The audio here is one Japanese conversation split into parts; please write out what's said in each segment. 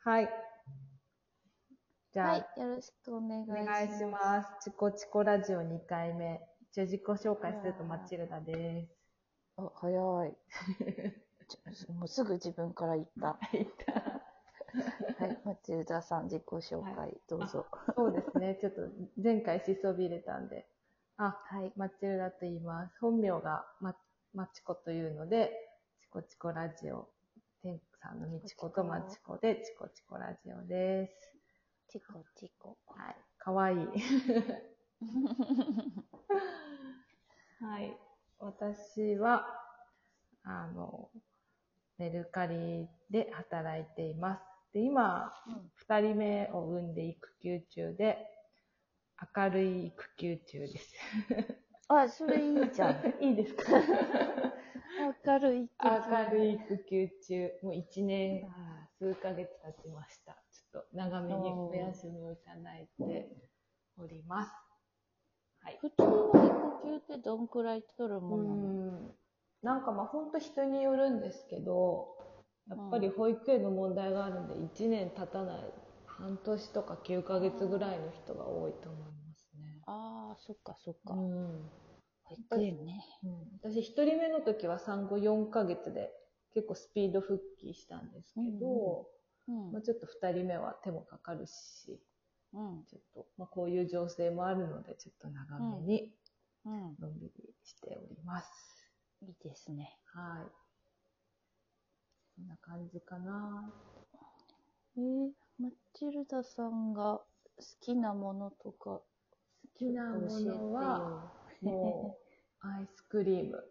はい。じゃあ、 はい、よろしくお願いしおます。 願いします。チコチコラジオ2回目。一応自己紹介するとマチルダです。 あ、早い。もうすぐ自分から言った。 言った。 はい、マチルダさん自己紹介、 はい、 どうぞ。 そうですね。ちょっと前回しそびれたんで。はい、マチルダと言います。本名がマチコというので、チコチコラジオ。天さんのみちことマチコでチコチコラジオです。 チコチコ。 はい、かわいい。はい。私は、メルカリで働いています。で、今、二人目を産んで育休中で、明るい育休中です。 あ、それいいじゃん。 いいですか？ 明るい育休。 明るい育休中。もう1年数ヶ月経ちました。ちょっと長めにお休みをいただいております。はい。 普通は育休ってどんくらい取るもんなの？ なんか本当人によるんですけど、やっぱり保育園の問題があるんで1年経たない、半年とか9ヶ月ぐらいの人が多いと思いますね。 ああ、そっかそっか。保育園ね。 私1人目の時は産後4ヶ月で結構スピード復帰したんですけど、ちょっと2人目は手もかかるし、ちょっと、こういう情勢もあるのでちょっと長めにのんびりしております。 いいですね。 はい。こんな感じかな。 マチルダさんが好きなものとか、 好きなものは、もう、アイスクリーム。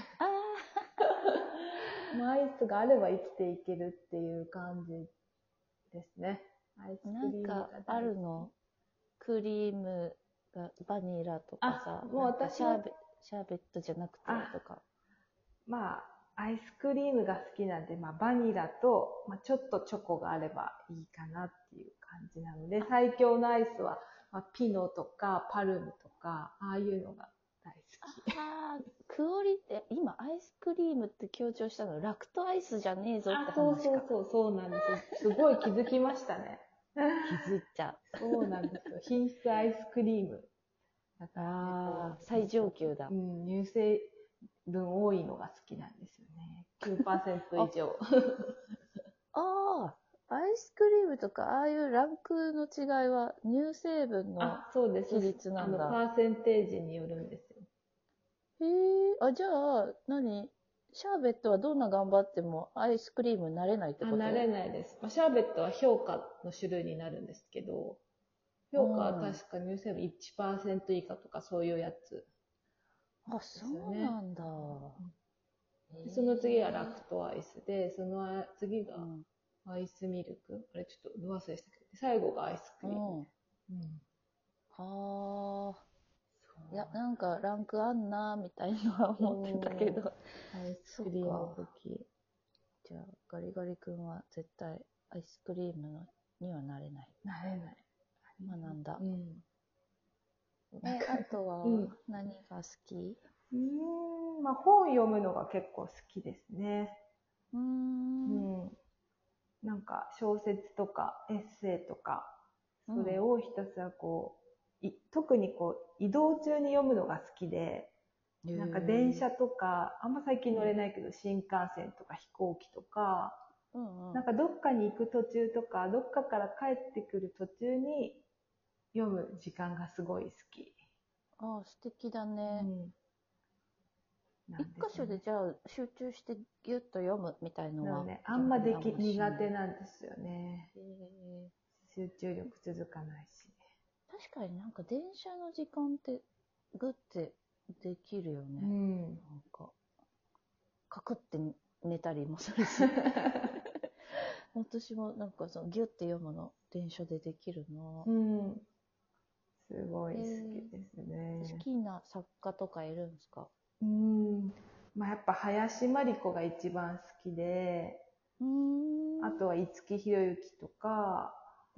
もうアイスがあれば生きていけるっていう感じですね。アイスクリームが大好き。 なんかあるの？クリームがバニラとかさ、 もう私シャーベットじゃなくてとか。 アイスクリームが好きなんで、バニラと、ちょっとチョコがあればいいかなっていう感じなので、最強のアイスは、ピノとかパルムとか、ああいうのが大好き。 クオリティ、今アイスクリームって強調したの、ラクトアイスじゃねえぞって話か。 そうなんですよ。すごい気づきましたね。 気づいちゃう。 そうなんですよ。品質アイスクリーム。だからね、 最上級だ。 乳成分多いのが好きなんですよね。9% 以上。 アイスクリームとか、ああいうランクの違いは乳成分の比率なんだ。 パーセンテージによるんですよ。 じゃあ、シャーベットはどんな頑張ってもアイスクリームになれないってこと？ なれないです。シャーベットは評価の種類になるんですけど、評価は確か乳成分 1% 以下とかそういうやつ。 そうなんだ。 その次がラクトアイスで、その次がアイスミルク。あれちょっとど忘れしたけど、最後がアイスクリーム。 いや、なんかランクあんなみたいなのは思ってたけど。 アイスクリーム好き。 じゃあ、ガリガリ君は絶対アイスクリームにはなれない。 なれない。 なんだ。あとは何が好き？ 本読むのが結構好きですね。なんか小説とかエッセイとか、それをひたすら特に移動中に読むのが好きで、なんか電車とか、あんま最近乗れないけど、新幹線とか飛行機とか、なんかどっかに行く途中とか、どっかから帰ってくる途中に読む時間がすごい好き。 素敵だね。一箇所でじゃあ集中してギュッと読むみたいのは、 あんま苦手なんですよね。集中力続かないし。 確かになんか電車の時間ってグッてできるよね。なんかカクって寝たりもするし。私もなんかギュッて読むの電車でできるな。 すごい好きですね。 好きな作家とかいるんですか？ やっぱ林真理子が一番好きで、あとは五木ひろゆきとか、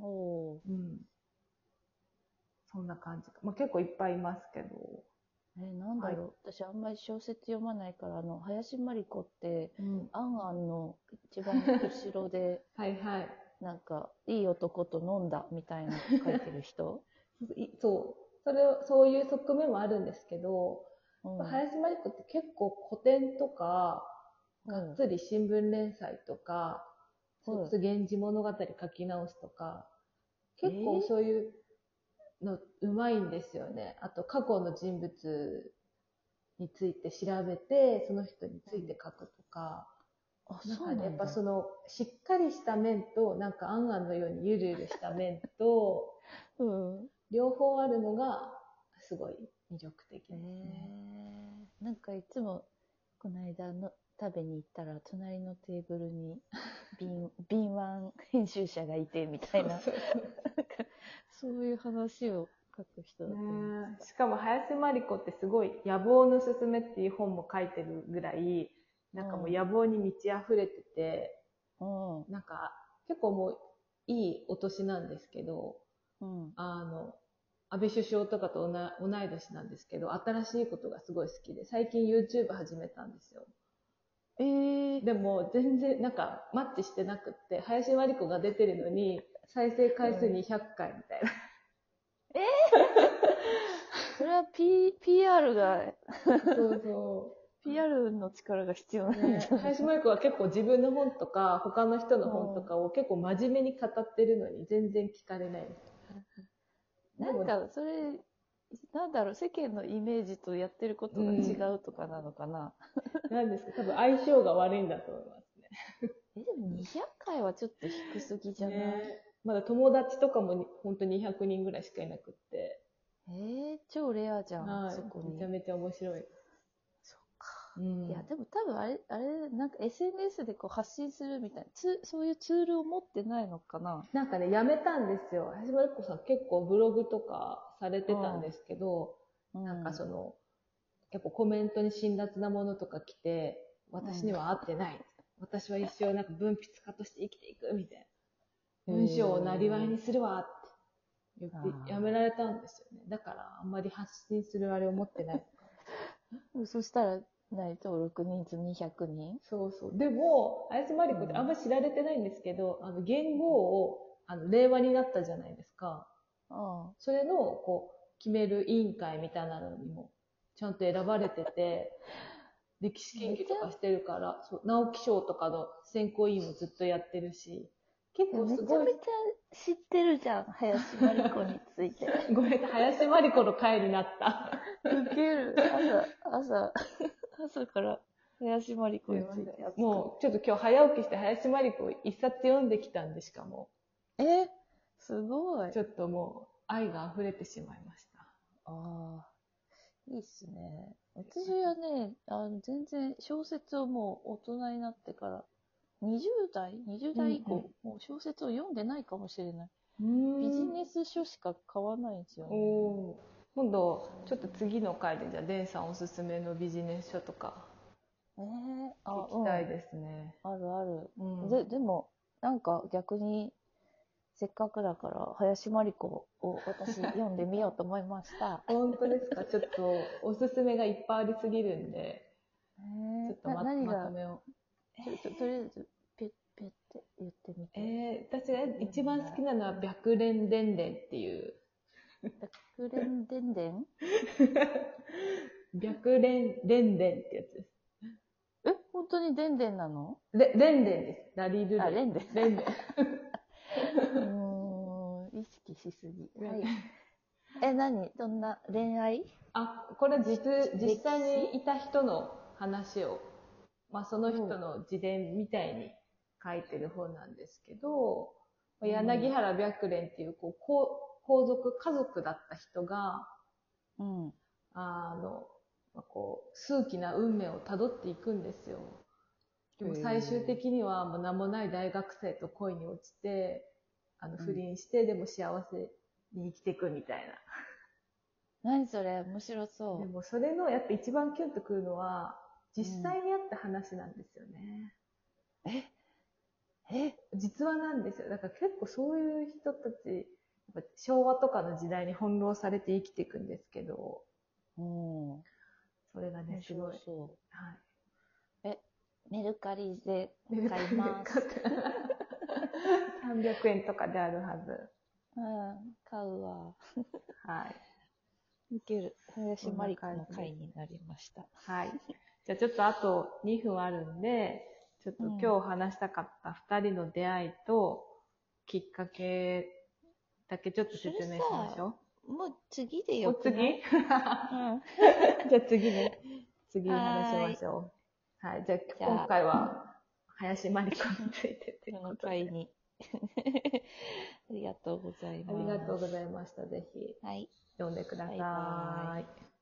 そんな感じか。結構いっぱいいますけど。 なんだろう、私あんまり小説読まないから、林真理子って、アンアンの一番後ろで、 なんか、いい男と飲んだみたいな書いてる人そう。そういう側面もあるんですけど、林真理子って結構古典とか、がっつり新聞連載とか、それこそ源氏物語書き直すとか、結構そういうのうまいんですよね。あと過去の人物について調べて、その人について書くとか、なんかね、やっぱその、しっかりした面と、なんかアンアンのようにゆるゆるした面と、両方あるのが、すごい魅力的ですね。 なんかいつも、この間の食べに行ったら、隣のテーブルに敏腕編集者がいて、みたいな、そういう話を書く人だと思いました。 しかも林真理子ってすごい野望のすすめっていう本も書いてるぐらい、なんかもう野望に満ち溢れてて、なんか結構もういいお年なんですけど、安倍首相とかと同い年なんですけど、新しいことがすごい好きで、最近 YouTube 始めたんですよ。でも全然なんかマッチしてなくって、林真理子が出てるのに再生回数200回みたいな。 それは PR がそうそう。 PR の力が必要なんじゃないですか。 林真理子は結構自分の本とか他の人の本とかを結構真面目に語ってるのに全然聞かれない。 なんかそれなんだろう、世間のイメージとやってることが違うとかなのかな。 なんですか、多分相性が悪いんだと思いますね。 でも200回はちょっと低すぎじゃない？ まだ友達とかも本当に200人ぐらいしかいなくって。 超レアじゃん、そこに。 めちゃめちゃ面白い。 そっか。いや、でも多分あれ、なんか SNS でこう発信するみたいな、そういうツールを持ってないのかな。 なんかね、やめたんですよ。林真理子さん結構ブログとかされてたんですけど、なんかその、やっぱコメントに辛辣なものとか来て、私には合ってない。私は一生なんか文筆家として生きていくみたいな。文章をなりわいにするわって言ってやめられたんですよね。だからあんまり発信するあれを持ってない。 そしたら、登録人数200人？ そうそう。でも、林真理子ってあんまり知られてないんですけど、元号を、令和になったじゃないですか。それの、こう、決める委員会みたいなのにも、ちゃんと選ばれてて、歴史研究とかしてるから、直木賞とかの選考委員もずっとやってるし、結構すごい。 めちゃめちゃ知ってるじゃん、林真理子について。 ごめんなさい、林真理子の回になった。 ウケる。朝から林真理子について。 もう、ちょっと今日早起きして林真理子一冊読んできたんで、しかも。 すごい。 ちょっともう、愛が溢れてしまいました。 いいっすね。私はね、全然小説をもう大人になってから、20代以降、もう小説を読んでないかもしれない。ビジネス書しか買わないんですよね。 今度、ちょっと次の回で、じゃあ、デンさんおすすめのビジネス書とか、聞きたいですね。 あるある。でも、なんか逆に、せっかくだから、林真理子を私読んでみようと思いました。 本当ですか？ちょっと、おすすめがいっぱいありすぎるんで、ちょっとまとめを。 とりあえず、ペッって言ってみて。 私が一番好きなのは、白蓮伝伝っていう。 白蓮伝伝白蓮伝伝ってやつです。 本当に伝伝なの？ 伝伝です。ラリルレ。 伝伝。 伝伝。 意識しすぎ。はい。どんな恋愛？ これ実際にいた人の話を、その人の自伝みたいに書いてる本なんですけど、柳原白蓮っていう、家族だった人が、数奇な運命をたどっていくんですよ。でも最終的にはもう名もない大学生と恋に落ちて、不倫して、でも幸せに生きていくみたいな。 何それ？面白そう。 でもそれのやっぱ一番キュンとくるのは、実際にあった話なんですよね。実話なんですよ。だから結構そういう人たち、昭和とかの時代に翻弄されて生きていくんですけど、それがね、すごい。 メルカリで買います。 300円とかであるはず。 うん、買うわ。 はい。 いける。林真理子のそんな感じです回になりました。 はい。じゃあちょっとあと2分あるんで、ちょっと今日話したかった2人の出会いときっかけだけちょっと説明しましょう。 もう次でもう次よくない？うん。 じゃあ次ね。次話しましょう。はい。じゃあ今回は林真理子についてというこのことで。 回に。ありがとうございます。 ありがとうございました。ぜひはい。 読んでくだバイバさイ。 い。